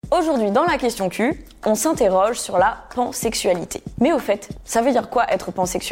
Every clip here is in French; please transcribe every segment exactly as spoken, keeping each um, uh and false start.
Aujourd'hui, dans la question Q, on s'interroge sur la pansexualité. Mais au fait, ça veut dire quoi être pansexuel ?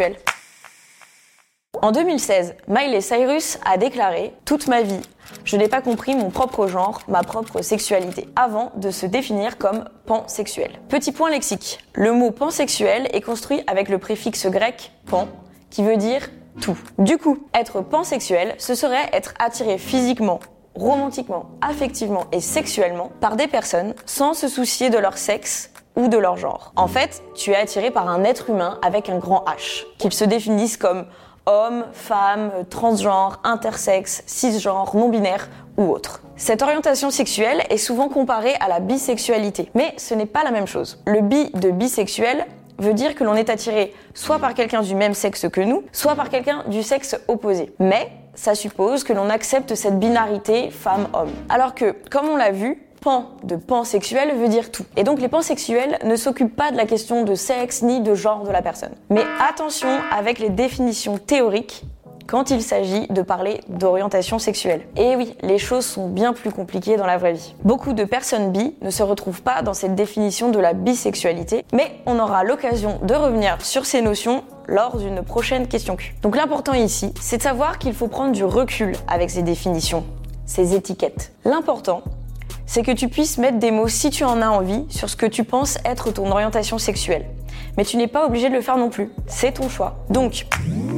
En deux mille seize, Miley Cyrus a déclaré « Toute ma vie, je n'ai pas compris mon propre genre, ma propre sexualité », avant de se définir comme pansexuel. Petit point lexique, le mot pansexuel est construit avec le préfixe grec « pan », qui veut dire « tout ». Du coup, être pansexuel, ce serait être attiré physiquement, romantiquement, affectivement et sexuellement par des personnes sans se soucier de leur sexe ou de leur genre. En fait, tu es attiré par un être humain avec un grand H, qu'il se définisse comme homme, femme, transgenre, intersexe, cisgenre, non-binaire ou autre. Cette orientation sexuelle est souvent comparée à la bisexualité, mais ce n'est pas la même chose. Le bi de bisexuel veut dire que l'on est attiré soit par quelqu'un du même sexe que nous, soit par quelqu'un du sexe opposé. Mais ça suppose que l'on accepte cette binarité femme-homme. Alors que, comme on l'a vu, pan de pansexuel veut dire tout. Et donc les pansexuels ne s'occupent pas de la question de sexe ni de genre de la personne. Mais attention avec les définitions théoriques quand il s'agit de parler d'orientation sexuelle. Et oui, les choses sont bien plus compliquées dans la vraie vie. Beaucoup de personnes bi ne se retrouvent pas dans cette définition de la bisexualité, mais on aura l'occasion de revenir sur ces notions lors d'une prochaine question Q. Donc l'important ici, c'est de savoir qu'il faut prendre du recul avec ces définitions, ces étiquettes. L'important, c'est que tu puisses mettre des mots si tu en as envie sur ce que tu penses être ton orientation sexuelle. Mais tu n'es pas obligé de le faire non plus, c'est ton choix. Donc,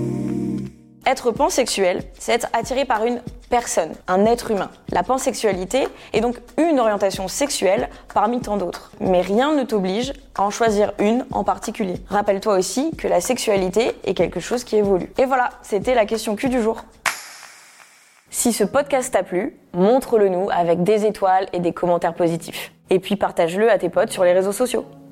être pansexuel, c'est être attiré par une personne, un être humain. La pansexualité est donc une orientation sexuelle parmi tant d'autres. Mais rien ne t'oblige à en choisir une en particulier. Rappelle-toi aussi que la sexualité est quelque chose qui évolue. Et voilà, c'était la question Q du jour. Si ce podcast t'a plu, montre-le nous avec des étoiles et des commentaires positifs. Et puis partage-le à tes potes sur les réseaux sociaux.